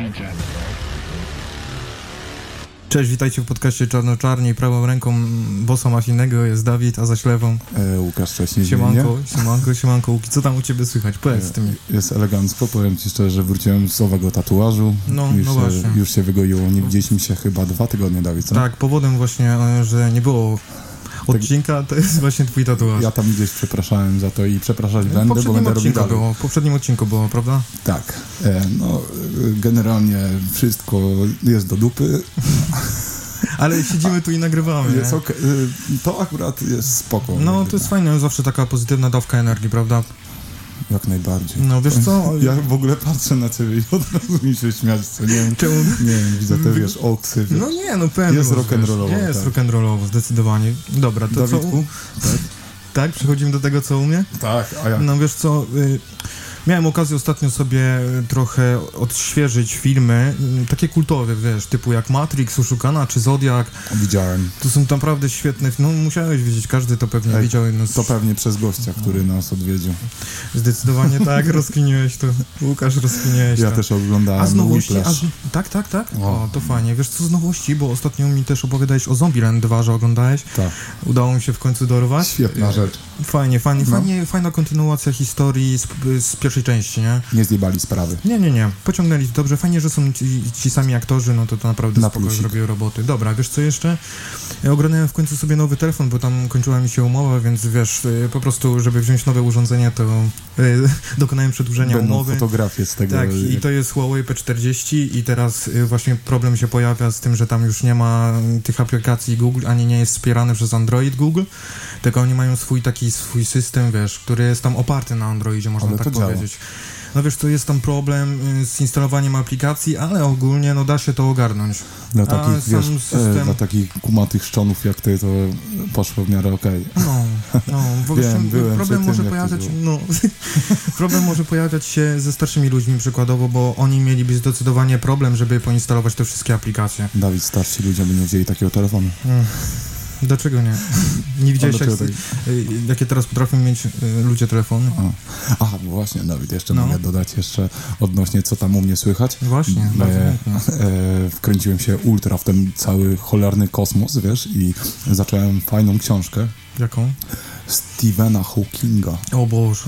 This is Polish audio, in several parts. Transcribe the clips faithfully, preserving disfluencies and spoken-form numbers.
Cześć, witajcie w podcaście Czarno-Czarni. Prawą ręką bossa mafijnego jest Dawid, a zaś lewą e, Łukasz wcześniej. Siemanko, siemanko, siemanko. Łuki, co tam u ciebie słychać? Powiedz ty mi. Jest elegancko, powiem ci szczerze, że wróciłem z owego tatuażu. No, już, no właśnie. Już się wygoiło, nie widzieliśmy się chyba dwa tygodnie, Dawid, co? Tak, powodem właśnie, że nie było odcinka, to jest właśnie twój tatuaż. Ja tam gdzieś przepraszałem za to i przepraszać będę, bo będę robił dalej. Było, w poprzednim odcinku było, prawda? Tak. E, no, generalnie wszystko jest do dupy. Ale siedzimy tu i nagrywamy. Jest okay. To akurat jest spoko. No, to jest fajne, zawsze taka pozytywna dawka energii, prawda? Jak najbardziej. No, wiesz co? Ja w ogóle patrzę na ciebie i od razu mi się śmiać, co nie wiem. Czemu? Nie wiem, widzę te, wiesz, oksy. Wiesz. No nie, no pewnie. Jest rock'n'rollowo. Jest tak. rock'n'rollowo, zdecydowanie. Dobra, to Dawidku? co? Tak. Tak, przechodzimy do tego, co u mnie? Tak, a ja... No wiesz co, y, miałem okazję ostatnio sobie trochę odświeżyć filmy, y, takie kultowe, wiesz, typu jak Matrix, Oszukana czy Zodiak. Widziałem. To są naprawdę świetne, no musiałeś wiedzieć, każdy to pewnie Ej, widział. Jedno z... To pewnie przez gościa, który nas odwiedził. Zdecydowanie tak, rozkminiłeś to. Łukasz, rozkminiłeś Ja to. też oglądałem. A z nowości, Whiplash. a z... tak, tak, tak? O. O, to fajnie. Wiesz co z nowości, bo ostatnio mi też opowiadałeś o Zombieland dwa, że oglądałeś. Tak. Udało mi się w końcu dorwać. Świetna rzecz. Fajnie, fajnie, No. fajnie, fajna kontynuacja historii z, z pierwszej części, nie? Nie zjebali sprawy. Nie, nie, nie. Pociągnęli dobrze. Fajnie, że są ci, ci sami aktorzy, no to to naprawdę Na spoko plusik. zrobił roboty. Dobra, wiesz co jeszcze? Ja oglądałem w końcu sobie nowy telefon, bo tam kończyła mi się umowa, więc wiesz, y, po prostu, żeby wziąć nowe urządzenie, to y, dokonałem przedłużenia Będą umowy. fotografie z tego. Tak, i to jest Huawei P czterdzieści i teraz y, właśnie problem się pojawia z tym, że tam już nie ma y, tych aplikacji Google, ani nie jest wspierany przez Android Google, tylko oni mają swój taki swój system, wiesz, który jest tam oparty na Androidzie, można Ale tak to działa. powiedzieć. No wiesz, to jest tam problem y, z instalowaniem aplikacji, ale ogólnie no da się to ogarnąć. Dla A takich, sam wiesz, system- e, dla takich kumatych szczonów jak ty, to poszło w miarę okej. No, no, bo Wiem, wiesz, byłem problem przy tym, może jak to pojawiać, było. no, problem może pojawiać się ze starszymi ludźmi przykładowo, bo oni mieliby zdecydowanie problem, żeby poinstalować te wszystkie aplikacje. Dawid, starsi ludzie by nie wzięli takiego telefonu. Mm. Dlaczego nie? Nie widziałeś, jak, dlaczego y, jakie teraz potrafią mieć y, ludzie telefony? O. Aha, bo właśnie, Dawid, jeszcze No. mogę dodać jeszcze odnośnie, co tam u mnie słychać. Właśnie, bardzo E, chętnie. e, wkręciłem się ultra w ten cały cholerny kosmos, wiesz, i zacząłem fajną książkę Jaką? Stephena Hawkinga. O Boże.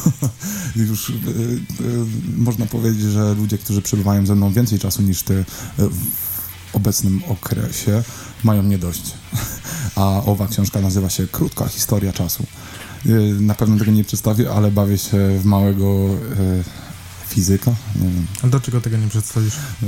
Już e, e, można powiedzieć, że ludzie, którzy przebywają ze mną więcej czasu niż ty e, w obecnym okresie, mają mnie dość. A owa książka nazywa się Krótka historia czasu. E, na pewno tego nie przedstawię, ale bawię się w małego e, fizyka. Nie wiem. A dlaczego tego nie przedstawisz? E,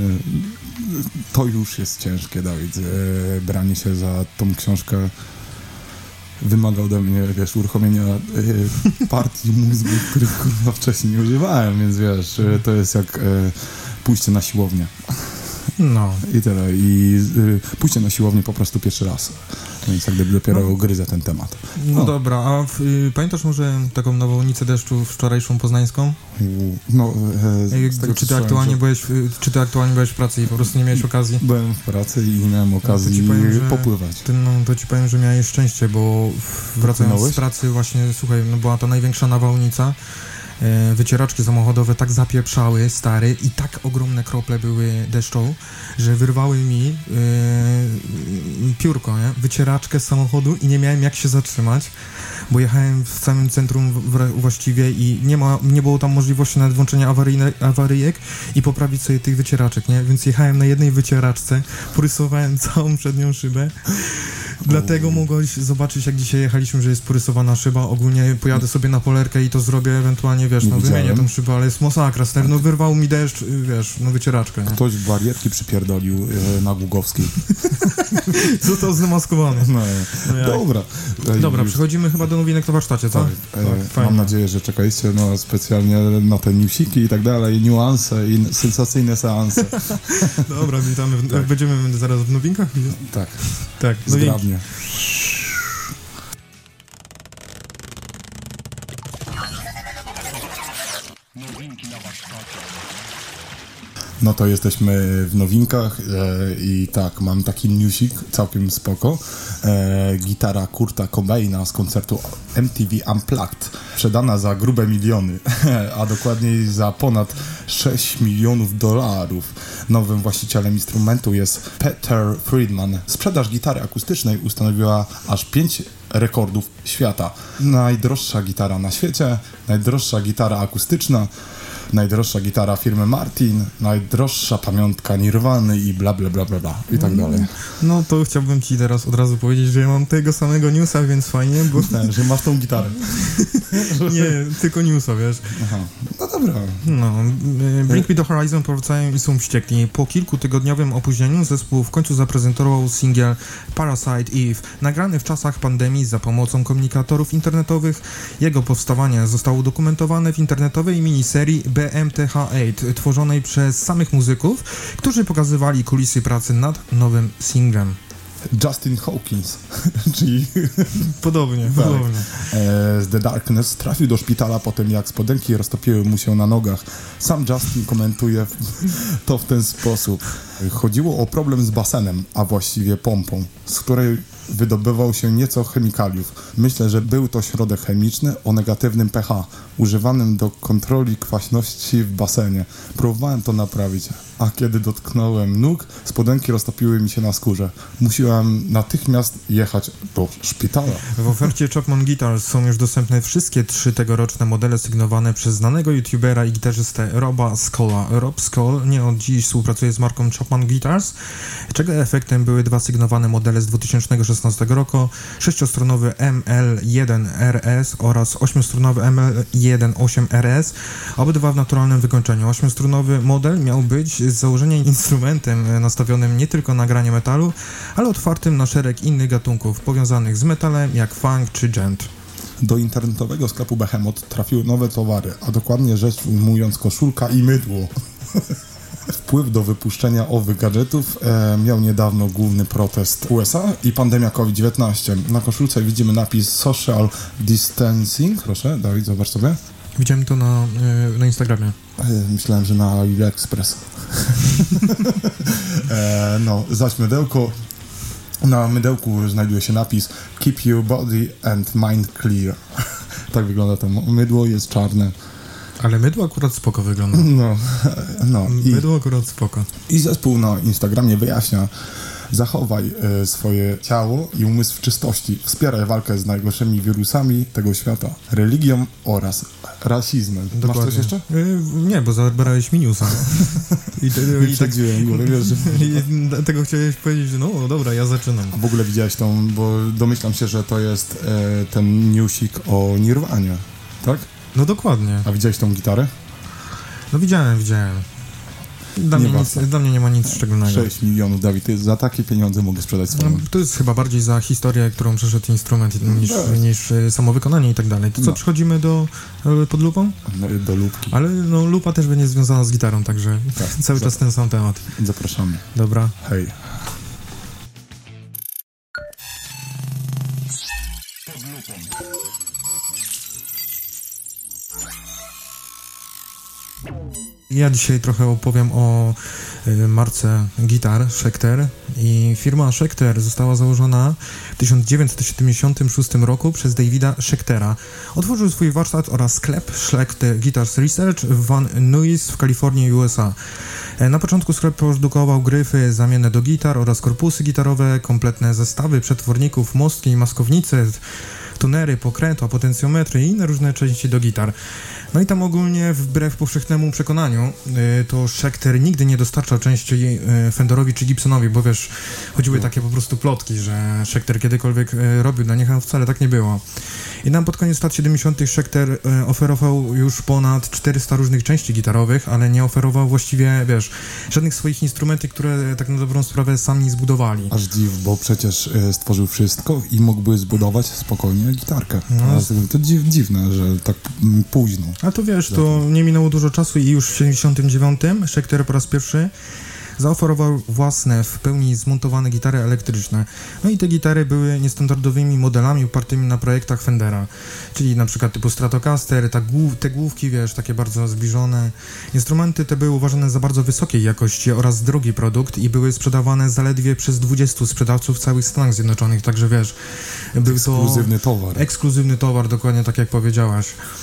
to już jest ciężkie, Dawid. E, branie się za tą książkę wymaga ode mnie, wiesz, uruchomienia e, partii mózgu, których kurwa wcześniej nie używałem, więc wiesz, e, to jest jak e, pójście na siłownię. No. I tyle. I e, pójście na siłownię po prostu pierwszy raz. Więc jak gdyby dopiero No. gryzę ten temat. No O. dobra, a w, y, pamiętasz może taką nawałnicę deszczu wczorajszą poznańską? No, e, Ej, z tego, czy, ty słyszałem, aktualnie że byłeś, w- czy ty aktualnie byłeś w pracy i po prostu nie miałeś okazji? byłem w pracy i nie miałem okazji ci powiem, że popływać. Ty, no, to ci powiem, że miałeś szczęście, bo w- wracając Popłynąłeś? z pracy właśnie, słuchaj, no była to największa nawałnica, e, wycieraczki samochodowe tak zapieprzały, stary, i tak ogromne krople były deszczą, że wyrwały mi e, piórko, nie? Wycieraczkę z samochodu i nie miałem jak się zatrzymać, bo jechałem w samym centrum w, w, właściwie i nie ma, nie było tam możliwości nawet włączenia awaryjne, awaryjek i poprawić sobie tych wycieraczek, nie? Więc jechałem na jednej wycieraczce, porysowałem całą przednią szybę. Dlatego mogłeś zobaczyć, jak dzisiaj jechaliśmy, że jest porysowana szyba. Ogólnie pojadę sobie na polerkę i to zrobię ewentualnie, wiesz, Nie no wymienię widziałem. tą szybę, ale jest masakra, stary, no wyrwał mi deszcz, y, wiesz, no wycieraczkę, nie? Ktoś barierki przypierdolił e, na Głogowskiej. Co to zdemaskowane? No, No jak? dobra. E, Dobra, już- przechodzimy chyba do nowinek na warsztacie, co? Tak, e, Tak, fajnie. mam nadzieję, że czekaliście no, specjalnie na te newsiki i tak dalej, niuanse i n- sensacyjne seanse. Dobra, witamy, w, Tak. będziemy zaraz w nowinkach? Tak, Tak, nowinki. zgrabnie. No to jesteśmy w nowinkach e, i tak, mam taki newsik całkiem spoko. E, gitara Kurta Cobaina z koncertu M T V Unplugged, sprzedana za grube miliony, a dokładniej za ponad sześć milionów dolarów. Nowym właścicielem instrumentu jest Peter Friedman. Sprzedaż gitary akustycznej ustanowiła aż pięć rekordów świata. Najdroższa gitara na świecie, najdroższa gitara akustyczna, najdroższa gitara firmy Martin, najdroższa pamiątka Nirwany i bla bla bla bla bla i tak dalej. No to chciałbym ci teraz od razu powiedzieć, że ja mam tego samego newsa, więc fajnie, bo... Myślałem, że masz tą gitarę. Nie, tylko newsa, wiesz. Aha, no dobra. No, Bring Me The Horizon powracają i są wściekli. Po kilkutygodniowym opóźnieniu zespół w końcu zaprezentował singiel Parasite Eve. Nagrany w czasach pandemii za pomocą komunikatorów internetowych, jego powstawanie zostało udokumentowane w internetowej miniserii B M T H osiem, tworzonej przez samych muzyków, którzy pokazywali kulisy pracy nad nowym singlem. Justin Hawkins, czyli Podobnie, tak, podobnie. e, z The Darkness trafił do szpitala po tym, jak spodenki roztopiły mu się na nogach. Sam Justin komentuje to w ten sposób. Chodziło o problem z basenem, a właściwie pompą, z której wydobywał się nieco chemikaliów. Myślę, że był to środek chemiczny o negatywnym pH, używanym do kontroli kwaśności w basenie. Próbowałem to naprawić, a kiedy dotknąłem nóg, spodenki roztopiły mi się na skórze. Musiałem natychmiast jechać do szpitala. W ofercie Chapman Guitars są już dostępne wszystkie trzy tegoroczne modele sygnowane przez znanego youtubera i gitarzystę Roba Skola. Rob Skol nie od dziś współpracuje z marką Chapman Guitars, czego efektem były dwa sygnowane modele z dwa tysiące szesnastego roku, sześciostronowy M L jeden R S oraz ośmiostronowy M L jeden osiem R S, obydwa w naturalnym wykończeniu. Ośmiostrunowy model miał być z założenia instrumentem nastawionym nie tylko na granie metalu, ale otwartym na szereg innych gatunków powiązanych z metalem, jak funk czy dżent. Do internetowego sklepu Behemoth trafiły nowe towary, a dokładnie rzecz ujmując koszulka i mydło. Wpływ do wypuszczenia owych gadżetów e, miał niedawno główny protest U S A i pandemia COVID dziewiętnaście. Na koszulce widzimy napis Social Distancing. Proszę, Dawid, zobacz sobie. Widziałem to na, na Instagramie. E, myślałem, że na AliExpress. e, no, zaś mydełko. Na mydełku znajduje się napis Keep your body and mind clear. Tak wygląda to mydło, jest czarne. Ale mydło akurat spoko wygląda. No, no. I, mydło akurat spoko. I zespół na Instagramie wyjaśnia: zachowaj e, swoje ciało i umysł w czystości. Wspieraj walkę z najgorszymi wirusami tego świata, religią oraz rasizmem. Dokładnie. Masz coś jeszcze? Yy, nie, bo zabrałeś mi newsa. I, te, i tak, górę, wiesz, że... I dlatego chciałeś powiedzieć, że no dobra, ja zaczynam. A w ogóle widziałeś tą, bo domyślam się, że to jest e, ten newsik o Nirwanie, tak? No dokładnie. A widziałeś tą gitarę? No widziałem, widziałem. Dla, Nie mnie, nic, dla mnie nie ma nic szczególnego. sześć milionów, Dawid, ty za takie pieniądze mogę sprzedać swoją. No, to jest chyba bardziej za historię, którą przeszedł instrument niż, no. niż samo wykonanie i tak dalej. To co, no. Przechodzimy do pod lupą? Do lupki. Ale no, lupa też będzie związana z gitarą, także tak, cały czas ten sam temat. Zapraszamy. Dobra. Hej. Ja dzisiaj trochę opowiem o y, marce gitar Schecter i firma Schecter została założona w tysiąc dziewięćset siedemdziesiątym szóstym roku przez Davida Schechtera. Otworzył swój warsztat oraz sklep Schecter Guitars Research w Van Nuys w Kalifornii, U S A. Na początku sklep produkował gryfy zamienne do gitar oraz korpusy gitarowe, kompletne zestawy przetworników, mostki i maskownice, tunery, pokrętła, potencjometry i inne różne części do gitar. No i tam ogólnie, wbrew powszechnemu przekonaniu, to Schechter nigdy nie dostarczał części Fenderowi czy Gibsonowi, bo wiesz, chodziły no. takie po prostu plotki, że Schechter kiedykolwiek robił dla nich, a wcale tak nie było. I nam pod koniec lat siedemdziesiątych Schechter oferował już ponad czterysta różnych części gitarowych, ale nie oferował właściwie, wiesz, żadnych swoich instrumentów, które tak na dobrą sprawę sami zbudowali. Aż dziw, bo przecież e, stworzył wszystko i mógłby zbudować spokojnie gitarkę. No. To dziw, dziwne, że tak m, późno. A to wiesz, to nie minęło dużo czasu i już w siedemdziesiątym dziewiątym Schechter po raz pierwszy zaoferował własne, w pełni zmontowane gitary elektryczne. No i te gitary były niestandardowymi modelami opartymi na projektach Fendera, czyli na przykład typu Stratocaster, ta głów, te główki, wiesz, takie bardzo zbliżone. Instrumenty te były uważane za bardzo wysokiej jakości oraz drogi produkt i były sprzedawane zaledwie przez dwudziestu sprzedawców w całych Stanach Zjednoczonych, także wiesz, był ekskluzywny to towar. Ekskluzywny towar, dokładnie tak jak powiedziałaś.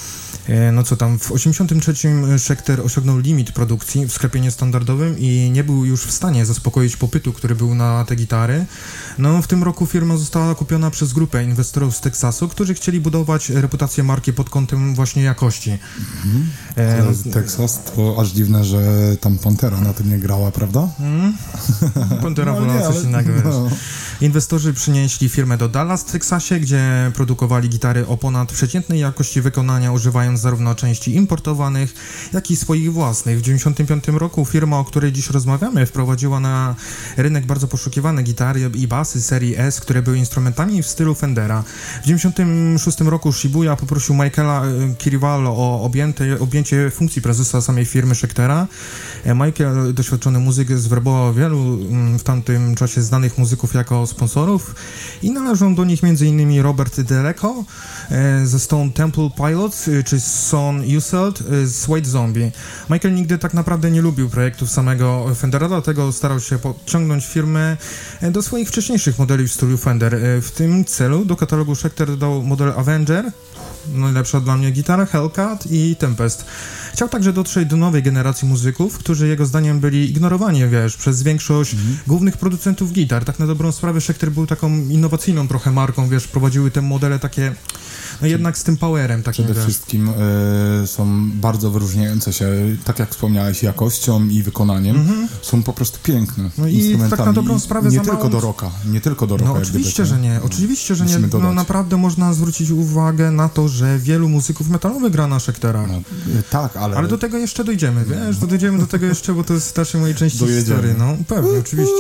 No co tam, w osiemdziesiątym trzecim Schecter osiągnął limit produkcji w sklepie niestandardowym i nie był już w stanie zaspokoić popytu, który był na te gitary. No w tym roku firma została kupiona przez grupę inwestorów z Teksasu, którzy chcieli budować reputację marki pod kątem właśnie jakości. Mhm. E, no, Teksas, to aż dziwne, że tam Pantera na tym nie grała, prawda? Mm? Pantera no, wolała coś ale... innego, wiesz. No. Inwestorzy przynieśli firmę do Dallas w Teksasie, gdzie produkowali gitary o ponad przeciętnej jakości wykonania, używając zarówno części importowanych, jak i swoich własnych. W dziewięćdziesiątym piątym roku firma, o której dziś rozmawiamy, wprowadziła na rynek bardzo poszukiwane gitary i basy serii S, które były instrumentami w stylu Fendera. W dziewięćdziesiątym szóstym roku Shibuya poprosił Michaela Kirivallo o objęte, objęcie funkcji prezesa samej firmy Schectera. Michael, doświadczony muzyk, zwerbował wielu w tamtym czasie znanych muzyków jako sponsorów i należą do nich m.in. Robert Deleco ze Stone Temple Pilots czy Son Uselt z White Zombie. Michael nigdy tak naprawdę nie lubił projektów samego Fendera, dlatego starał się podciągnąć firmę do swoich wcześniejszych modeli w stylu Fender. W tym celu do katalogu Schecter dodał model Avenger, najlepsza dla mnie gitara, Hellcat i Tempest. Chciał także dotrzeć do nowej generacji muzyków, którzy jego zdaniem byli ignorowani, wiesz, przez większość mm. głównych producentów gitar. Tak na dobrą sprawę Schecter był taką innowacyjną trochę marką, wiesz, prowadziły te modele takie, no jednak z tym powerem takim. Przede wiesz. wszystkim y, są bardzo wyróżniające się, tak jak wspomniałeś, jakością i wykonaniem. Mm-hmm. Są po prostu piękne no instrumentami. I tak na dobrą sprawę nie tylko mało... do rocka, nie tylko do rocka. No oczywiście, gdyby, że nie, oczywiście, że nie. No naprawdę można zwrócić uwagę na to, że wielu muzyków metalowych gra na Schecterach. No, tak, ale... Ale do tego jeszcze dojdziemy, wiesz, do dojdziemy do tego jeszcze, bo to jest w starszej mojej części historii, no pewnie, oczywiście.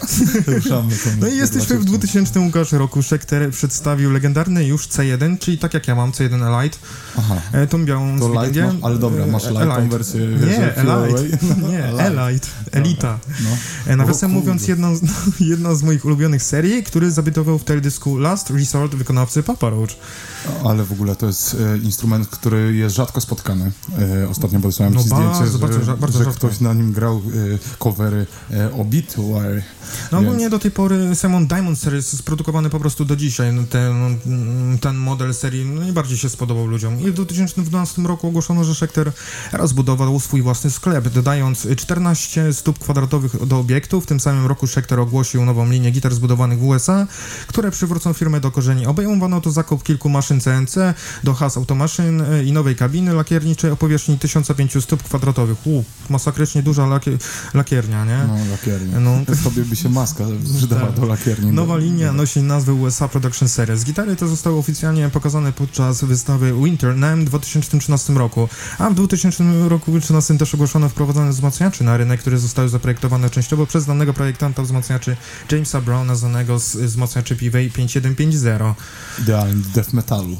No i jesteśmy w dwutysięcznym Łukasz roku. Schecter przedstawił legendarny już C jeden, czyli tak jak ja mam, C jeden Elite. Aha. Tą białą to z light masz, ale dobra, masz Elite wersję. Nie, Elite, nie, Elite, Elita. No. Nawiasem mówiąc, jedną z, jedna z moich ulubionych serii, który zabytował w teledysku Last Resort wykonawcy Papa Roach. Ale w ogóle to jest e, instrument, który jest rzadko spotkany. E, ostatnio wysłałem no ci bardzo, zdjęcie, bardzo, że, bardzo że rzadko. ktoś na nim grał e, covery e, Obituary. No ogólnie więc... do tej pory Simon Diamond Series jest produkowany po prostu do dzisiaj. No, ten, ten model serii no, najbardziej się spodobał ludziom. I w dwa tysiące dwunastym roku ogłoszono, że Schecter rozbudował swój własny sklep, dodając czternaście stóp kwadratowych do obiektu. W tym samym roku Schecter ogłosił nową linię gitar zbudowanych w U S A, które przywrócą firmę do korzeni. Obejmowano to zakup kilku maszyn C N C do Haas Automaszyn i nowej kabiny lakierniczej o powierzchni tysiąc pięćset stóp kwadratowych. Uuu, masakrycznie duża lakier- lakiernia, nie? No, lakiernia. No. Tobie by się maska przydała tak. do lakierni. Nowa do... linia nosi nazwę U S A Production Series. Gitary te zostały oficjalnie pokazane podczas wystawy Winter N E M w dwa tysiące trzynastym roku, a w dwa tysiące trzynastym też ogłoszono wprowadzone wzmacniacze na rynek, które zostały zaprojektowane częściowo przez znanego projektanta wzmacniaczy Jamesa Browna, znanego z wzmacniaczy P V pięć siedem pięć zero. Idealny death metalu.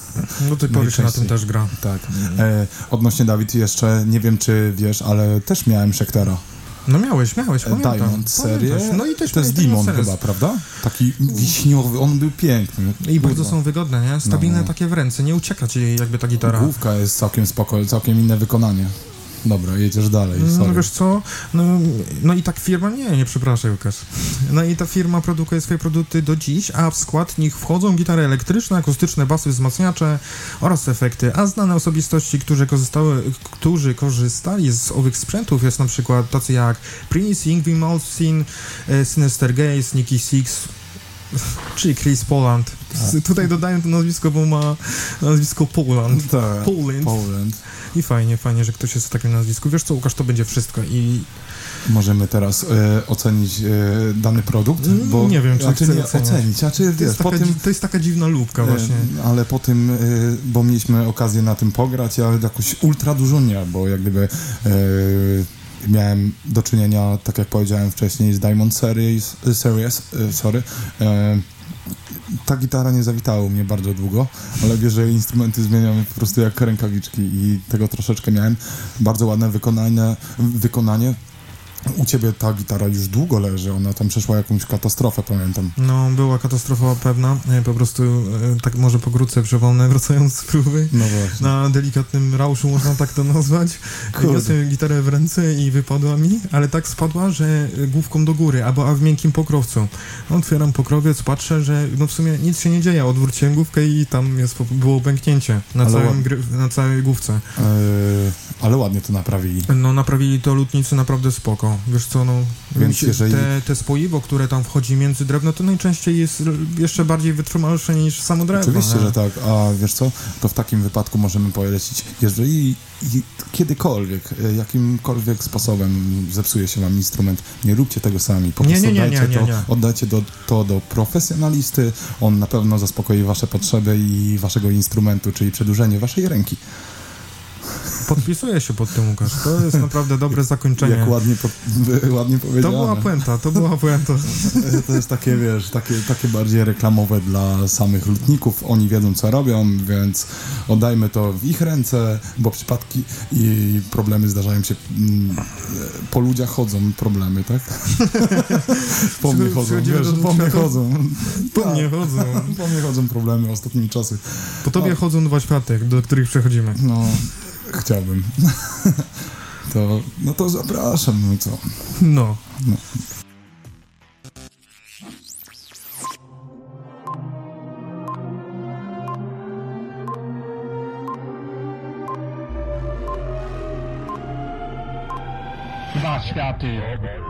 Do tej pory się na tym też gra. Tak. E, odnośnie Dawid jeszcze, nie wiem czy wiesz, ale też miałem Schectera. No miałeś, miałeś, pamiętam. Diamond serię. No i też to jest Demon chyba, prawda? Taki wiśniowy, on był piękny. I bardzo są wygodne, nie? Stabilne no. takie w ręce, nie ucieka ci jakby ta gitara. Główka jest całkiem spoko, całkiem inne wykonanie. Dobra, jedziesz dalej, sorry. No wiesz co, no, no i tak firma, nie, nie przepraszaj Łukasz. No i ta firma produkuje swoje produkty do dziś, a w skład nich wchodzą gitary elektryczne, akustyczne, basy, wzmacniacze oraz efekty, a znane osobistości, którzy, korzystały, którzy korzystali z owych sprzętów jest na przykład tacy jak Prince, Yngwie Malmsteen, Sinister Gaze, Nicky Six, czyli Chris Poland. Tak. Tutaj dodaję to nazwisko, bo ma nazwisko Poland. Tak, Poland. Poland. I fajnie, fajnie, że ktoś jest w takim nazwisku. Wiesz co, Łukasz, to będzie wszystko i... Możemy teraz e, ocenić e, dany produkt? Bo, nie wiem, czy znaczy, chcę nie ocenić. Znaczy, to, wiesz, jest taka, tym, to jest taka dziwna lubka właśnie. E, ale po tym, e, bo mieliśmy okazję na tym pograć, ale jakoś ultra dużo nie, bo jak gdyby... E, miałem do czynienia, tak jak powiedziałem wcześniej, z Diamond Series, series sorry. E, ta gitara nie zawitała u mnie bardzo długo, ale wiesz, że instrumenty zmieniamy po prostu jak rękawiczki i tego troszeczkę miałem. Bardzo ładne wykonanie, wykonanie U ciebie ta gitara już długo leży, ona tam przeszła jakąś katastrofę, pamiętam. No, była katastrofa pewna, e, po prostu e, tak może pokrótce przypomnę, wracając z próby, No właśnie. na delikatnym rauszu, można tak to nazwać. Kurde. Niosłem gitarę w ręce i wypadła mi, ale tak spadła, że główką do góry, albo a w miękkim pokrowcu. Otwieram pokrowiec, patrzę, że no w sumie nic się nie dzieje, odwróciłem główkę i tam jest, po- było pęknięcie na, Ale całym ładnie. gry, na całej główce. Yy, ale ładnie to naprawili. No naprawili to lutnicy naprawdę spoko. Wiesz co, no Więc się- jeżeli- te, te spoiwo, które tam wchodzi między drewno, to najczęściej jest r- jeszcze bardziej wytrzymalsze niż samo drewno. Oczywiście, nie? że tak, a wiesz co, to w takim wypadku możemy polecić, jeżeli i- kiedykolwiek, e, jakimkolwiek sposobem zepsuje się wam instrument, nie róbcie tego sami, po Nie, prostu nie, nie, oddajcie, nie, nie, to, nie. oddajcie do, to do profesjonalisty, on na pewno zaspokoi wasze potrzeby i waszego instrumentu, czyli przedłużenie waszej ręki. Podpisuję się pod tym, Łukasz. To jest naprawdę dobre zakończenie. Jak ładnie, po, ładnie To powiedziane. była puenta, to była puenta. To jest takie, wiesz, takie, takie bardziej reklamowe dla samych lutników. Oni wiedzą, co robią, więc oddajmy to w ich ręce, bo przypadki i problemy zdarzają się. Mm, po ludziach chodzą problemy, tak? Po mnie chodzą, Przychodzimy wiesz, do po mnie świata. chodzą. Po mnie chodzą. Po mnie chodzą problemy ostatnimi czasy. Po tobie chodzą dwa światy, do których przechodzimy. No, chciałbym. To, no to zapraszam, no co? No. No. Dwa światy.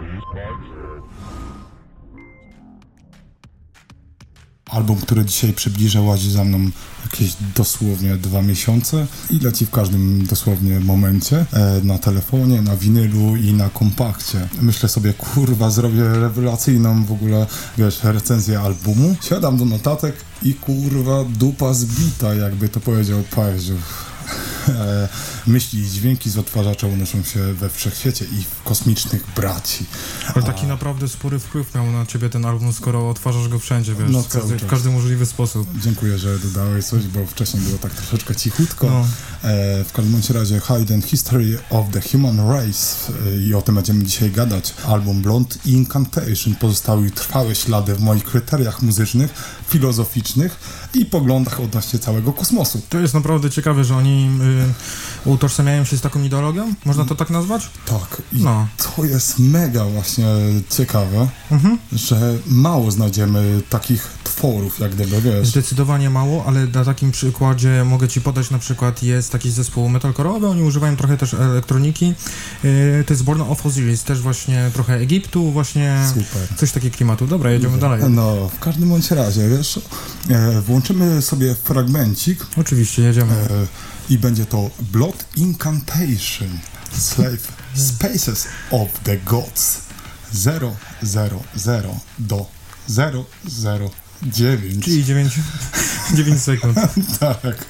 Album, który dzisiaj przybliża, łazi za mną jakieś dosłownie dwa miesiące i leci w każdym dosłownie momencie, e, na telefonie, na winylu i na kompakcie. Myślę sobie, kurwa, zrobię rewelacyjną w ogóle, wiesz, recenzję albumu. Siadam do notatek i kurwa dupa zbita, jakby to powiedział Paździu. E, myśli i dźwięki z odtwarzacza unoszą się we wszechświecie i w kosmicznych braci. Ale taki naprawdę spory wpływ miał na ciebie ten album, skoro odtwarzasz go wszędzie, wiesz, No, w, każdy, cały w czas. każdy możliwy sposób. Dziękuję, że dodałeś coś, bo wcześniej było tak troszeczkę cichutko. No. E, w każdym bądź razie Hidden History of the Human Race e, i o tym będziemy dzisiaj gadać. Album Blonde Incantation pozostawił trwałe ślady w moich kryteriach muzycznych, filozoficznych i poglądach odnośnie całego kosmosu. To jest naprawdę ciekawe, że oni y, utożsamiają się z taką ideologią? Można to tak nazwać? Tak, i No. to jest mega właśnie ciekawe, Mhm. że mało znajdziemy takich tworów, jak gdyby, wiesz. Zdecydowanie mało, ale na takim przykładzie mogę ci podać, na przykład jest taki zespół metalcore'owy, oni używają trochę też elektroniki, yy, to jest Born of Osiris, też właśnie trochę Egiptu, właśnie Super. coś takiego klimatu. Dobra, jedziemy dalej. No, w każdym bądź razie, wiesz, e, włączymy sobie fragmencik Oczywiście, jedziemy. e, i będzie to Blood Incantation Slave Spaces of the Gods zero zero zero do zero zero dziewięć. Czyli dziewięć, dziewięć sekund. Tak.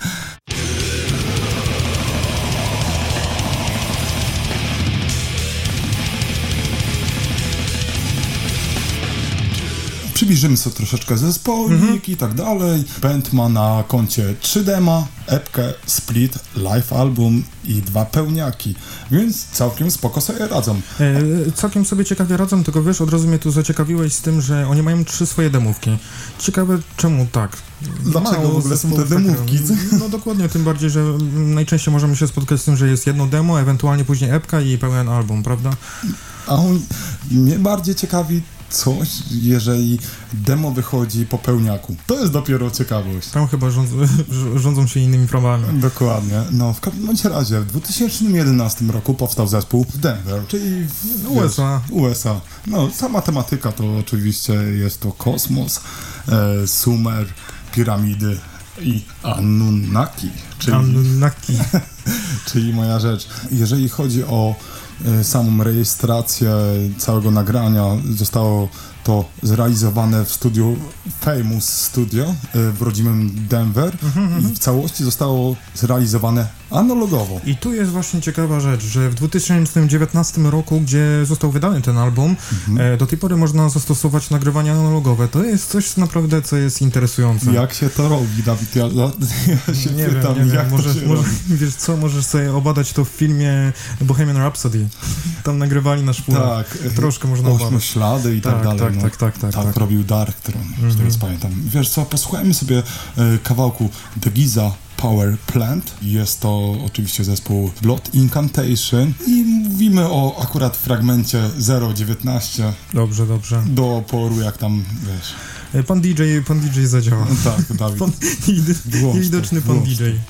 Przybliżymy sobie troszeczkę zespołik Mhm. i tak dalej. Band ma na koncie trzy dema, epkę, split, live album i dwa pełniaki, więc całkiem spoko sobie radzą. E, całkiem sobie ciekawie radzą, tylko wiesz, od razu mnie tu zaciekawiłeś z tym, że oni mają trzy swoje demówki. Ciekawe czemu tak. Dlaczego Mało w ogóle są te zespołów demówki? tak robi. No dokładnie, tym bardziej, że mm, najczęściej możemy się spotkać z tym, że jest jedno demo, ewentualnie później epka i pełen album, prawda? A on, mnie bardziej ciekawi coś, jeżeli demo wychodzi po pełniaku. To jest dopiero ciekawość. Tam chyba rząd, rządzą się innymi prawami. Dokładnie. No, w każdym bądź razie w dwa tysiące jedenastym roku powstał zespół w Denver, czyli w U S A. Wiesz, U S A. No, sama tematyka to oczywiście jest to kosmos, e, Sumer, piramidy i Anunnaki, czyli, Anunnaki. czyli moja rzecz. Jeżeli chodzi o e, samą rejestrację całego nagrania, zostało to zrealizowane w studiu Famous Studio w rodzimym Denver i w całości zostało zrealizowane analogowo. I tu jest właśnie ciekawa rzecz, że w dwa tysiące dziewiętnastym roku, gdzie został wydany ten album, mhm. e, do tej pory można zastosować nagrywania analogowe. To jest coś naprawdę, co jest interesujące. Jak się to robi, Dawid? Ja, ja się nie pytam, wiem, nie jak wiem. to Możesz, się może, robi. Wiesz co, możesz sobie obadać to w filmie Bohemian Rhapsody. Tam nagrywali na szpulach. Tak. Troszkę można obadać. Ośmioślady i tak, tak dalej. Tak, no. tak, tak, tak, tak. tak. robił Dark Throne, Mhm. z tego co pamiętam. Wiesz co, posłuchajmy sobie e, kawałku The Giza Power Plant. Jest to oczywiście zespół Blood Incantation i mówimy o akurat fragmencie zero dziewiętnaście Dobrze, dobrze. do oporu, jak tam, wiesz... Pan D J, pan D J zadziała. Tak, Dawid. Pan, niewidoczny pan D J.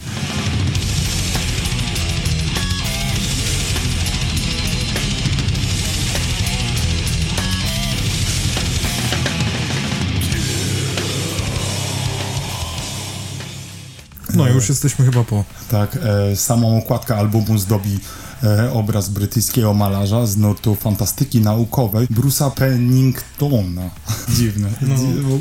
No już jesteśmy chyba po. Tak, e, samą okładkę albumu zdobi e, obraz brytyjskiego malarza z nurtu fantastyki naukowej Bruce'a Penningtona. Dziwne. No,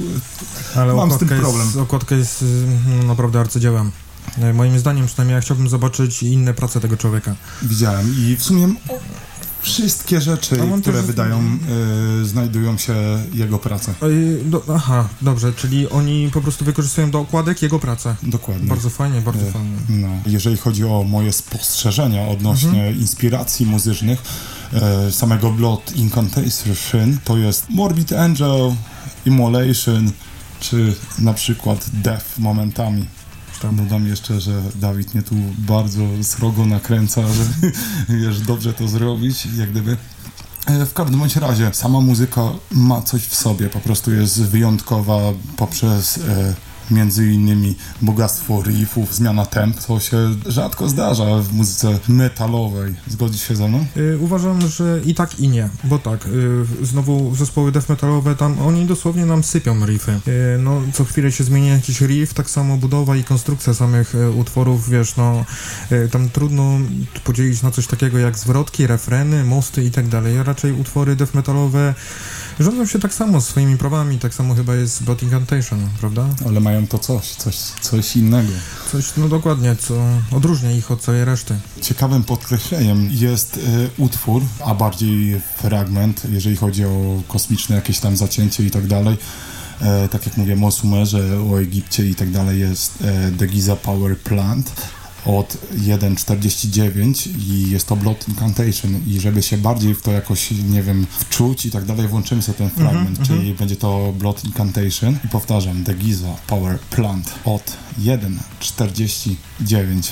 Dzi- ale Mam z okładka tym problem. Jest, okładka jest no, naprawdę arcydziełem. E, Moim zdaniem przynajmniej ja chciałbym zobaczyć inne prace tego człowieka. Widziałem i w sumie o, wszystkie rzeczy, A mam które też- wydają, e, znajdują się jego prace. E, do, aha, dobrze, czyli oni po prostu wykorzystują do okładek jego pracę. Dokładnie. Bardzo fajnie, bardzo E, fajnie. No. Jeżeli chodzi o moje spostrzeżenia odnośnie Mhm. inspiracji muzycznych e, samego Blood Incantation, to jest Morbid Angel, Immolation, czy na przykład Death momentami. Tam. Dodam jeszcze, że Dawid mnie tu bardzo srogo nakręca, że wiesz, dobrze to zrobić, jak gdyby. E, W każdym bądź razie, sama muzyka ma coś w sobie, po prostu jest wyjątkowa poprzez e, między innymi bogactwo riffów, zmiana temp, co się rzadko zdarza w muzyce metalowej. Zgodzisz się ze mną? Y, uważam, że i tak i nie, bo tak, y, znowu zespoły death metalowe, tam oni dosłownie nam sypią riffy. Y, no, co chwilę się zmienia jakiś riff, tak samo budowa i konstrukcja samych y, utworów, wiesz, no, y, tam trudno podzielić na coś takiego jak zwrotki, refreny, mosty i tak dalej. Raczej utwory death metalowe rządzą się tak samo swoimi prawami, tak samo chyba jest z Blood Incantation, prawda? Ale mają to coś, coś, coś innego. Coś, no dokładnie, co odróżnia ich od całej reszty. Ciekawym podkreśleniem jest y, utwór, a bardziej fragment, jeżeli chodzi o kosmiczne jakieś tam zacięcie i tak dalej. E, tak jak mówię, o Sumerze, o Egipcie i tak dalej jest e, The Giza Power Plant od jeden czterdzieści dziewięć i jest to Blood Incantation i żeby się bardziej w to jakoś, nie wiem, wczuć i tak dalej, włączymy sobie ten fragment, mm-hmm. czyli będzie to Blood Incantation i powtarzam, The Giza Power Plant od jeden czterdzieści dziewięć.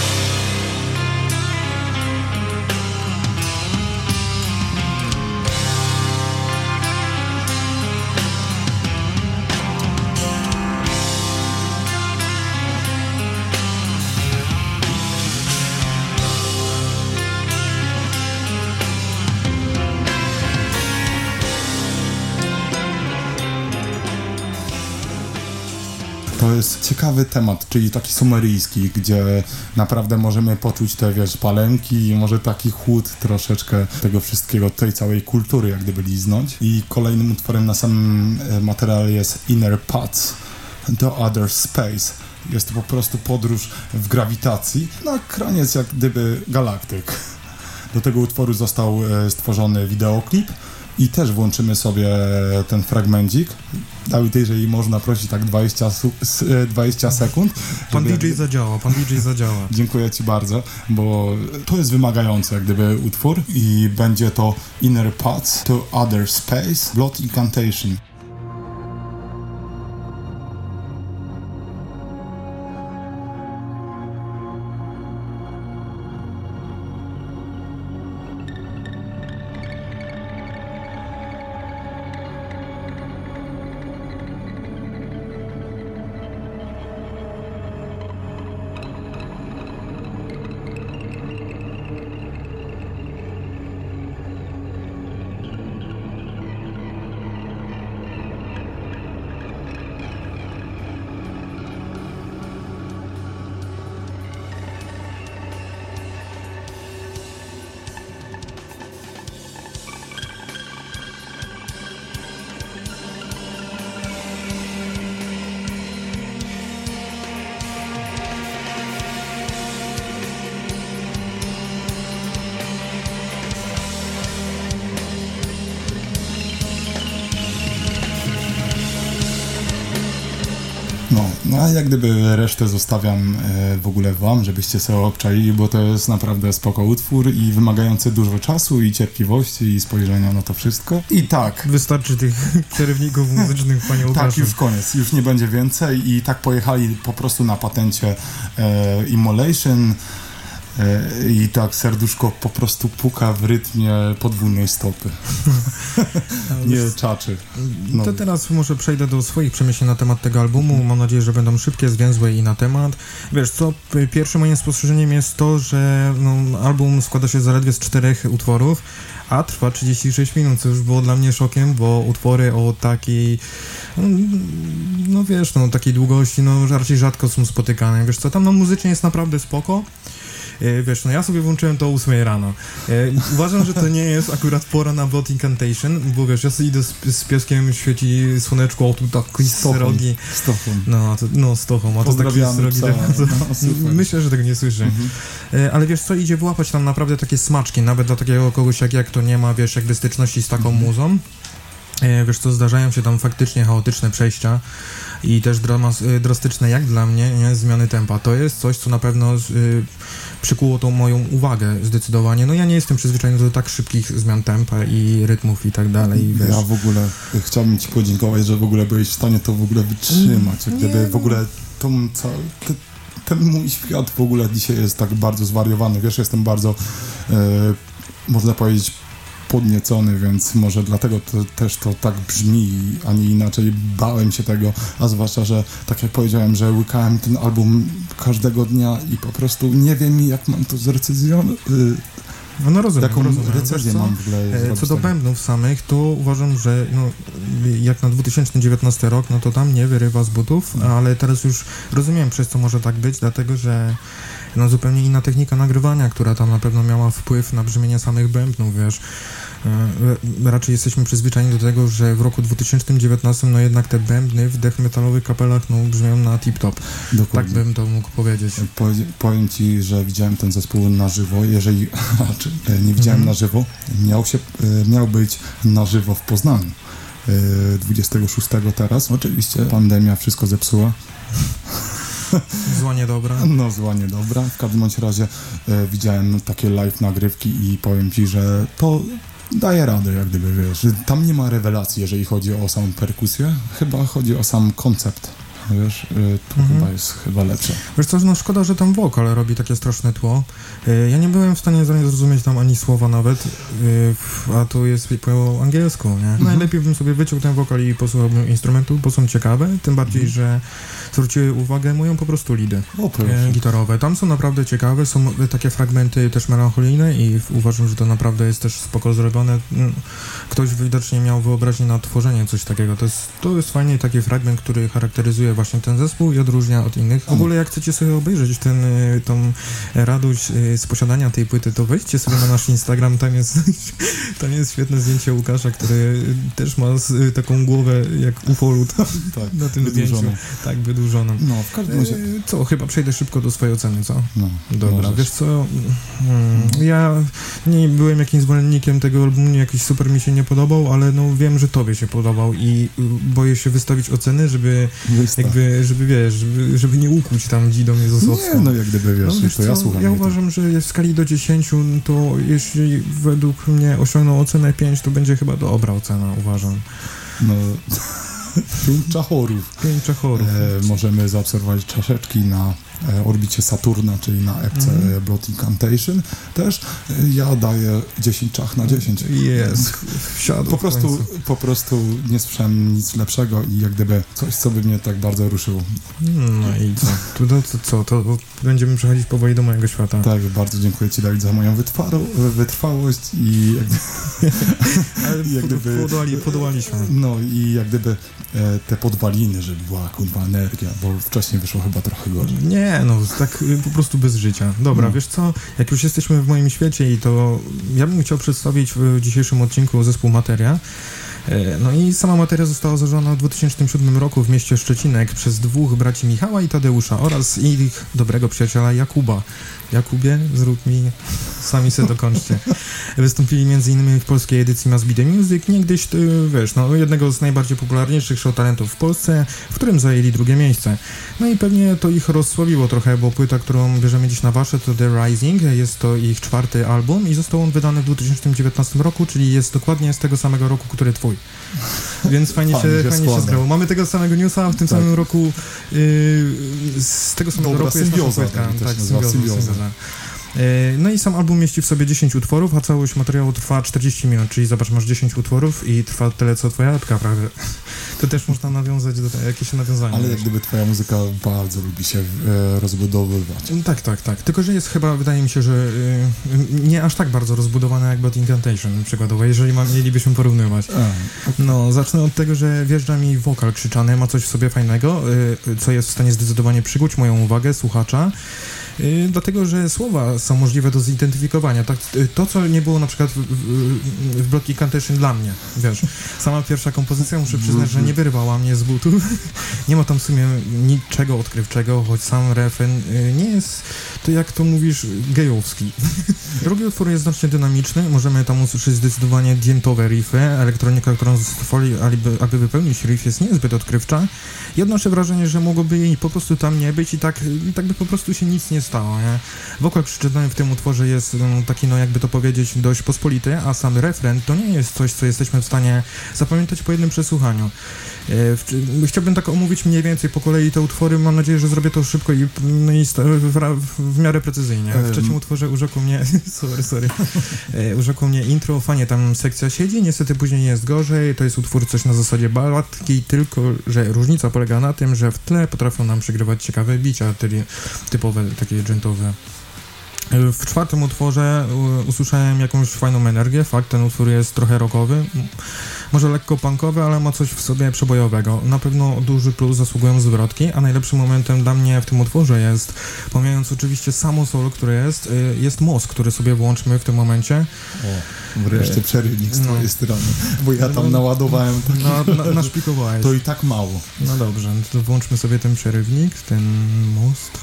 To jest ciekawy temat, czyli taki sumeryjski, gdzie naprawdę możemy poczuć te, wiesz, palemki i może taki chłód troszeczkę tego wszystkiego, tej całej kultury jak gdyby liznąć. I kolejnym utworem na samym materiale jest Inner Paths, The Other Space. Jest to po prostu podróż w grawitacji na kraniec jak gdyby galaktyk. Do tego utworu został stworzony wideoklip. I też włączymy sobie ten fragmencik. Dawid, jeżeli można prosić tak dwadzieścia, su- s- dwadzieścia sekund. Pan żeby- D J zadziała, pan D J zadziała. Dziękuję Ci bardzo, bo to jest wymagający jak gdyby utwór i będzie to Inner Paths to Other Space, Blood Incantation. No, no a jak gdyby resztę zostawiam e, w ogóle wam, żebyście sobie obczali, bo to jest naprawdę spoko utwór i wymagający dużo czasu i cierpliwości i spojrzenia na to wszystko. I tak. Wystarczy tych przerywników muzycznych, panie Łukaszu. Tak, już koniec, już nie będzie więcej i tak pojechali po prostu na patencie e, Immolation e, i tak serduszko po prostu puka w rytmie podwójnej stopy. Nie czaczy. No. To teraz może przejdę do swoich przemyśleń na temat tego albumu. Mam nadzieję, że będą szybkie, zwięzłe i na temat. Wiesz co, p- pierwszym moim spostrzeżeniem jest to, że no, album składa się zaledwie z czterech utworów, a trwa trzydzieści sześć minut, co już było dla mnie szokiem, bo utwory o takiej, no wiesz, no takiej długości, no raczej rzadko są spotykane. Wiesz co, tam no muzycznie jest naprawdę spoko. E, Wiesz, no ja sobie włączyłem to o ósmej rano. E, uważam, że to nie jest akurat pora na Blood Incantation, bo wiesz, ja sobie idę z, z pieskiem, świeci słoneczko, o tu taki srogi. Stochum. No, to, no Stochum, a to taki srogi. psa. No, super. Myślę, że tego nie słyszę. Mhm. E, Ale wiesz co, idzie włapać tam naprawdę takie smaczki, nawet dla takiego kogoś jak jak to nie ma, wiesz, jakby styczności z taką Mhm. muzą. E, Wiesz co, zdarzają się tam faktycznie chaotyczne przejścia i też drama, y, drastyczne jak dla mnie, nie, zmiany tempa. To jest coś, co na pewno y, przykuło tą moją uwagę zdecydowanie. No ja nie jestem przyzwyczajony do tak szybkich zmian tempa i rytmów i tak dalej, wiesz. Ja w ogóle chciałbym ci podziękować, że w ogóle byłeś w stanie to w ogóle wytrzymać. Jak Nie, gdyby no. w ogóle tą ca- te, ten mój świat w ogóle dzisiaj jest tak bardzo zwariowany. Wiesz, jestem bardzo, e, można powiedzieć, podniecony, więc może dlatego to, też to tak brzmi, a nie inaczej. Bałem się tego, a zwłaszcza, że tak jak powiedziałem, że łykałem ten album każdego dnia i po prostu nie wiem, jak mam to zrecenzjonować. No, no rozumiem, Jaką rozumiem. recenzję Wiesz co? mam w ogóle E, zrobić Co do tego? bębnów samych, to uważam, że no, jak na dwa tysiące dziewiętnasty rok, no to tam nie wyrywa z butów, ale teraz już rozumiem, przez co może tak być, dlatego że no, zupełnie inna technika nagrywania, która tam na pewno miała wpływ na brzmienie samych bębnów, wiesz. E, Raczej jesteśmy przyzwyczajeni do tego, że w roku dwa tysiące dziewiętnastym no jednak te bębny w death metalowych kapelach no, brzmią na tip-top. Tak Dokładnie. bym to mógł powiedzieć. Powie- Powiem ci, że widziałem ten zespół na żywo. Jeżeli znaczy, e, nie widziałem Mhm. na żywo, miał, się, e, miał być na żywo w Poznaniu. E, dwudziestego szóstego teraz. Oczywiście pandemia wszystko zepsuła. Zła niedobra. No zła niedobra. W każdym bądź razie e, widziałem takie live nagrywki i powiem ci, że to daje radę, jak gdyby, wiesz. Tam nie ma rewelacji, jeżeli chodzi o samą perkusję. Chyba chodzi o sam koncept. Wiesz, e, to Mhm. chyba jest chyba lepsze. Wiesz co, no szkoda, że tam wokal robi takie straszne tło. Y, Ja nie byłem w stanie zrozumieć tam ani słowa nawet, y, w- a to jest po angielsku, nie? Mhm. Najlepiej bym sobie wyciął ten wokal i posłuchałbym instrumentu, bo są ciekawe, tym bardziej, Mhm. że zwróciły uwagę moją po prostu lidy O, e, proszę. gitarowe. Tam są naprawdę ciekawe, są e, takie fragmenty też melancholijne i w- uważam, że to naprawdę jest też spoko zrobione. Mm, Ktoś widocznie miał wyobraźnię na tworzenie coś takiego. To jest, to jest fajnie taki fragment, który charakteryzuje właśnie ten zespół i odróżnia od innych. W ogóle jak chcecie sobie obejrzeć ten, y, tą radość y, z posiadania tej płyty, to wejdźcie sobie na nasz Instagram, tam jest, tam jest świetne zdjęcie Łukasza, który też ma z, y, taką głowę jak ufolud Tak, na tym wydłużoną. zdjęciu. Tak, wydłużoną. No, w każdym razie. E, Co, chyba przejdę szybko do swojej oceny, co? No, Dobra, możesz. wiesz co, mm, ja nie byłem jakimś zwolennikiem tego albumu, jakiś super mi się nie podobał, ale no wiem, że tobie się podobał i y, boję się wystawić oceny, żeby Wystaw. jakby, żeby wiesz, żeby, żeby nie ukłuć tam dzidą Jezusowską. Nie, no jak gdyby wiesz, No, wiesz to ja co, słucham. ja nie ty. uważam, że w skali do dziesięciu, to jeśli według mnie osiągnął ocenę pięć, to będzie chyba dobra ocena, uważam. No, pięć czachorów. pięć czachorów. E, możemy zaobserwować czaszeczki na e, orbicie Saturna, czyli na epce Mhm. e, Blood Incantation. Też e, ja daję dziesięć czach na dziesięć. Jest, wsiadł Po w prostu, końcu. po prostu nie słyszałem nic lepszego i jak gdyby coś, co by mnie tak bardzo ruszyło. No i co? To, to, to co? To będziemy przechodzić powoli do mojego świata. Tak, bardzo dziękuję ci, Dawid, za moją wytwaro- wytrwałość i jak, Ale jak gdyby- podołali, podołaliśmy. no i jak gdyby e, te podwaliny, żeby była kurwa energia, bo wcześniej wyszło chyba trochę gorzej. Nie, no, tak y, po prostu bez życia. Dobra, No. wiesz co? Jak już jesteśmy w moim świecie i to ja bym chciał przedstawić w dzisiejszym odcinku zespół Materia. E, No i sama materia została złożona w dwa tysiące siódmym roku w mieście Szczecinek przez dwóch braci Michała i Tadeusza oraz ich dobrego przyjaciela Jakuba. Jakubie, zrób mi, sami sobie dokończcie. Wystąpili m.in. w polskiej edycji Must Be The Music, niegdyś, ty, wiesz, no, jednego z najbardziej popularniejszych show talentów w Polsce, w którym zajęli drugie miejsce. No i pewnie to ich rozsławiło trochę, bo płyta, którą bierzemy dziś na wasze, to The Rising, jest to ich czwarty album i został on wydany w dwa tysiące dziewiętnastym roku, czyli jest dokładnie z tego samego roku, który twój. Więc fajnie, Fajnie się, się fajnie się składa. zgrało. Mamy tego samego newsa, w tym Tak. samym roku yy, z tego samego Dobra roku jest nasza symbioza, płytka. tak, to się Tak, nazywa, symbioza, symbioza. symbioza. E, No i sam album mieści w sobie dziesięć utworów, a całość materiału trwa czterdzieści minut, czyli zobacz, masz dziesięć utworów i trwa tyle, co twoja epka prawie. To też można nawiązać do tego, jakieś nawiązania. Ale jak gdyby twoja muzyka bardzo lubi się e, rozbudowywać. Tak, tak, tak. Tylko, że jest chyba, wydaje mi się, że y, nie aż tak bardzo rozbudowana jak Bad Incantation przykładowo, jeżeli ma, mielibyśmy porównywać. A, No, zacznę od tego, że wjeżdża mi wokal krzyczany, ma coś w sobie fajnego, y, co jest w stanie zdecydowanie przykuć moją uwagę słuchacza. Yy, dlatego, że słowa są możliwe do zidentyfikowania. Tak, yy, to, co nie było na przykład w, w, w Blood Incantation dla mnie, wiesz, sama pierwsza kompozycja, muszę przyznać, że nie wyrwała mnie z butu. Nie ma tam w sumie niczego odkrywczego, choć sam refren yy, nie jest, to jak to mówisz, gejowski. Drugi utwór jest znacznie dynamiczny, możemy tam usłyszeć zdecydowanie diętowe riffy, elektronika, którą zastosowali, aby, aby wypełnić riff, jest niezbyt odkrywcza i odnoszę wrażenie, że mogłoby jej po prostu tam nie być i tak, i tak by po prostu się nic nie stało, nie? Wokal przeczytany w tym utworze jest no, taki, no jakby to powiedzieć, dość pospolity, a sam refren to nie jest coś, co jesteśmy w stanie zapamiętać po jednym przesłuchaniu. E, w, chciałbym tak omówić mniej więcej po kolei te utwory, mam nadzieję, że zrobię to szybko i, no i sta, w, w, w miarę precyzyjnie. W trzecim utworze urzekło mnie, sorry, sorry, e, urzekło mnie intro, fajnie tam sekcja siedzi, niestety później jest gorzej, to jest utwór coś na zasadzie balladki, tylko że różnica polega na tym, że w tle potrafią nam przygrywać ciekawe bicia, czyli typowe, takie dżentowe. W czwartym utworze usłyszałem jakąś fajną energię, fakt, ten utwór jest trochę rockowy, może lekko punkowy, ale ma coś w sobie przebojowego. Na pewno duży plus zasługują zwrotki, a najlepszym momentem dla mnie w tym utworze jest, pomijając oczywiście samo solo, które jest, jest most, który sobie włączmy w tym momencie. o, wreszcie przerywnik z No. twojej strony, bo ja tam No. naładowałem taki, Na, na, naszpikowałeś. to i tak mało. No dobrze, to włączmy sobie ten przerywnik, ten most.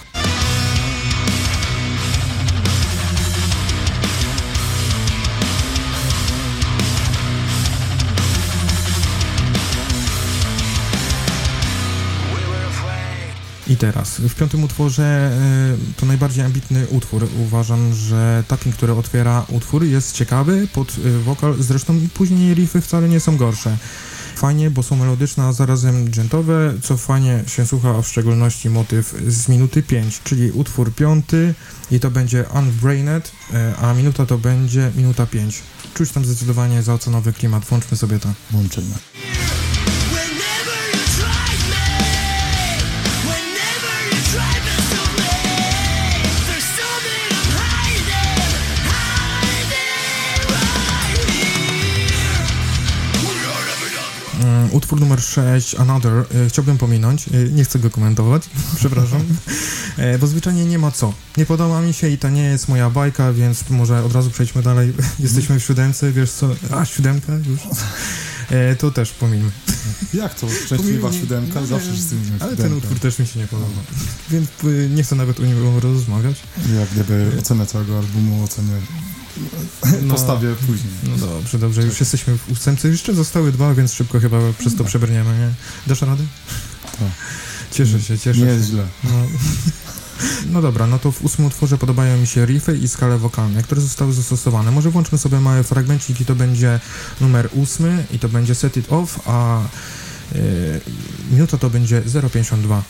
I teraz, w piątym utworze y, to najbardziej ambitny utwór. Uważam, że tapping, który otwiera utwór, jest ciekawy pod y, wokal, zresztą później riffy wcale nie są gorsze. Fajnie, bo są melodyczne, a zarazem dżentowe, co fajnie się słucha, a w szczególności motyw z minuty pięć, czyli utwór piąty i to będzie Unbrained, y, a minuta to będzie minuta pięć. Czuć tam zdecydowanie zaoceanowy klimat, włączmy sobie to. Łączymy. Whenever you tried me, whenever you tried to stop me, there's something I'm hiding, hiding right here. We are never done. Mm, Utwór numer sześć, Another, y, chciałbym pominąć, y, nie chcę go komentować, przepraszam, y, bo zwyczajnie nie ma co. Nie podoba mi się i to nie jest moja bajka, więc może od razu przejdźmy dalej. Jesteśmy w siódemce, wiesz co? A, siódemka już. Y, to też pominmy. Jak to? Szczęśliwa Pominę- siódemka? no, Zawsze nie, wszyscy mówią Ale ten siódemka. utwór też mi się nie podoba, więc y, nie chcę nawet o nim rozmawiać. Jak gdyby ocenę całego albumu, ocenę No. postawię później. No dobrze, dobrze, już jesteśmy w ósemce, jeszcze zostały dwa, więc szybko chyba przez to przebrniemy, nie? Dasz radę? Tak. Cieszę się, cieszę Nie się. jest źle. No. No dobra, no to w ósmym utworze podobają mi się riffy i skale wokalne, które zostały zastosowane. Może włączmy sobie mały fragmencik i to będzie numer ósmy i to będzie Set It Off, a yy, minuta to będzie zero pięćdziesiąt dwa.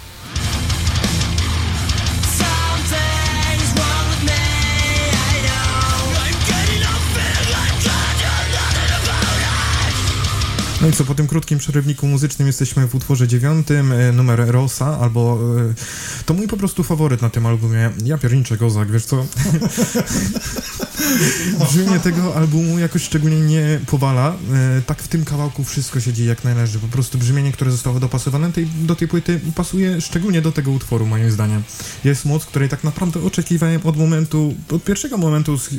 Something's wrong with me, I know. I'm getting up, feeling like God, you're nothing about it. No i co, po tym krótkim przerywniku muzycznym jesteśmy w utworze dziewiątym, y, numer Rosa, albo y, to mój po prostu faworyt na tym albumie. Ja pierniczę kozak, wiesz co? Brzmienie tego albumu jakoś szczególnie nie powala. E, tak w tym kawałku wszystko się dzieje jak należy. Po prostu brzmienie, które zostało dopasowane tej, do tej płyty, pasuje szczególnie do tego utworu, moim zdaniem. Jest moc, której tak naprawdę oczekiwałem od momentu, od pierwszego momentu s- y,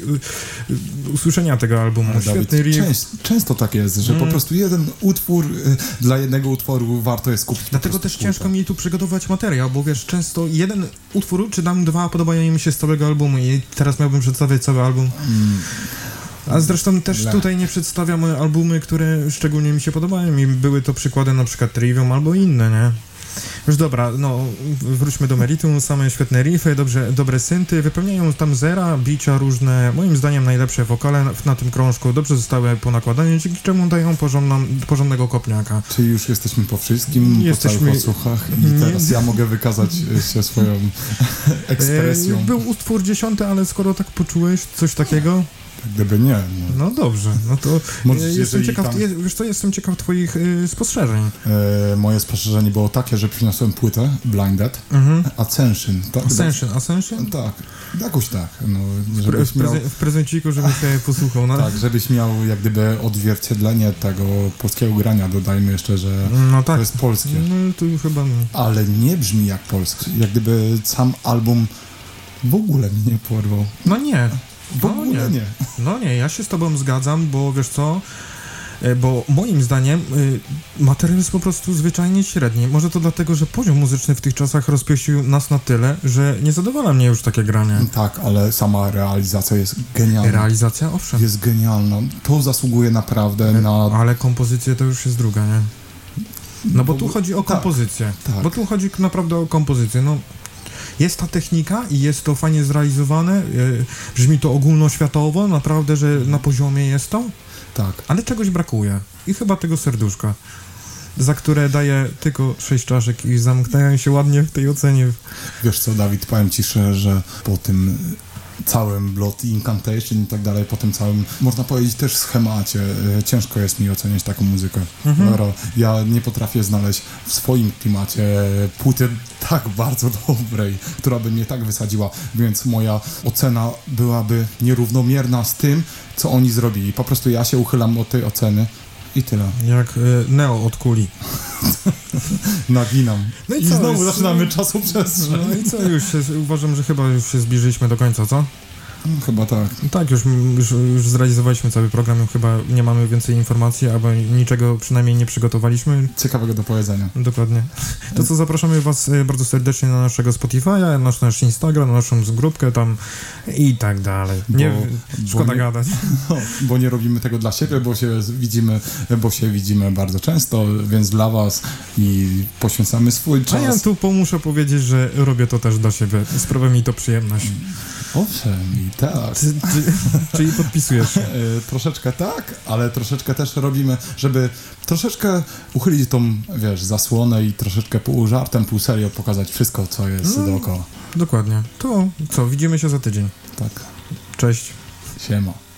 y, usłyszenia tego albumu. Ale Dawid, Świetny riff. częst, często tak jest, że Mm. po prostu jeden utwór y, dla jednego utworu warto jest kupić. po Dlatego prostu też płytę. ciężko mi tu przygotować materiał, bo wiesz, często jeden utwór, czy dam dwa, podobają mi się z całego albumu i teraz miałbym przedstawiać cały album. Mm. A zresztą też Źle. tutaj nie przedstawiamy albumy, które szczególnie mi się podobają i były to przykłady na przykład Trivium albo inne, nie? Już dobra, no wróćmy do meritum, same świetne riffy, dobrze, dobre synty, wypełniają tam zera, bicia różne, moim zdaniem najlepsze wokale na, na tym krążku, dobrze zostały ponakładane, dzięki czemu dają porządną, porządnego kopniaka. Czyli już jesteśmy po wszystkim, Jesteśmy- po całych odsłuchach i Nie. teraz ja mogę wykazać y, się swoją ekspresją. E, był utwór dziesiąty, ale skoro tak poczułeś coś takiego, Jak gdyby nie. No. no dobrze, no to Może e, jestem jeżeli ciekaw, tam- je, wiesz co, jestem ciekaw twoich y, spostrzeżeń. E, moje spostrzeżenie było takie, że przyniosłem płytę Blinded, Mhm. Ascension. Tak, Ascension, Ascension? Tak, jakoś tak. No, W, żebyś w, miał, prezen- w prezenciku, żebym się posłuchał, no. tak, żebyś miał jak gdyby odzwierciedlenie tego polskiego grania. Dodajmy jeszcze, że No to tak. jest polskie. No to chyba nie. Ale nie brzmi jak polski. Jak gdyby sam album w ogóle mnie nie porwał. No nie. W No ogóle nie. No nie, ja się z tobą zgadzam, bo wiesz co, E, bo moim zdaniem y, materiał jest po prostu zwyczajnie średni. Może to dlatego, że poziom muzyczny w tych czasach rozpieścił nas na tyle, że nie zadowala mnie już takie granie. Tak, ale sama realizacja jest genialna. Realizacja, owszem. Jest genialna. To zasługuje naprawdę na... Ale kompozycja to już jest druga, nie? No bo tu chodzi o Tak, kompozycję. tak. Bo tu chodzi naprawdę o kompozycję. No, jest ta technika i jest to fajnie zrealizowane. Yy, brzmi to ogólnoświatowo, naprawdę, że na poziomie jest to, Tak. ale czegoś brakuje. I chyba tego serduszka, za które daję tylko sześć czaszek i zamknęłem się ładnie w tej ocenie. Wiesz co, Dawid, powiem ci szczerze, że po tym całym Blood Incantation i tak dalej, po tym całym, można powiedzieć też schemacie, e, ciężko jest mi oceniać taką muzykę. Mhm. Dobra, ja nie potrafię znaleźć w swoim klimacie płyty tak bardzo dobrej, która by mnie tak wysadziła, więc moja ocena byłaby nierównomierna z tym, co oni zrobili. Po prostu ja się uchylam od tej oceny i tyle. Jak y, Neo od kuli. Naginam. No i I co, znowu jest- zaczynamy czasoprzestrzeń. No i co, już się, uważam, że chyba już się zbliżyliśmy do końca, co? Chyba tak. Tak, już, już, już zrealizowaliśmy cały program, już chyba nie mamy więcej informacji, albo niczego przynajmniej nie przygotowaliśmy. Ciekawego do powiedzenia. Dokładnie. To co, zapraszamy was y, bardzo serdecznie na naszego Spotify'a, nasz, nasz Instagram, na naszą grupkę tam i tak dalej. Nie, Bo- szkoda bo nie- gadać. No, bo nie robimy tego dla siebie, bo się widzimy, bo się widzimy bardzo często, więc dla was i poświęcamy swój A ja czas. tu muszę powiedzieć, że robię to też dla siebie. Sprawia mi to przyjemność. Owszem, i tak. Ty, ty, czyli podpisujesz się. E, troszeczkę tak, ale troszeczkę też robimy, żeby troszeczkę uchylić tą, wiesz, zasłonę i troszeczkę pół żartem, pół serio pokazać wszystko, co jest No. dookoła. Dokładnie. To co, widzimy się za tydzień. Tak. Cześć. Siema.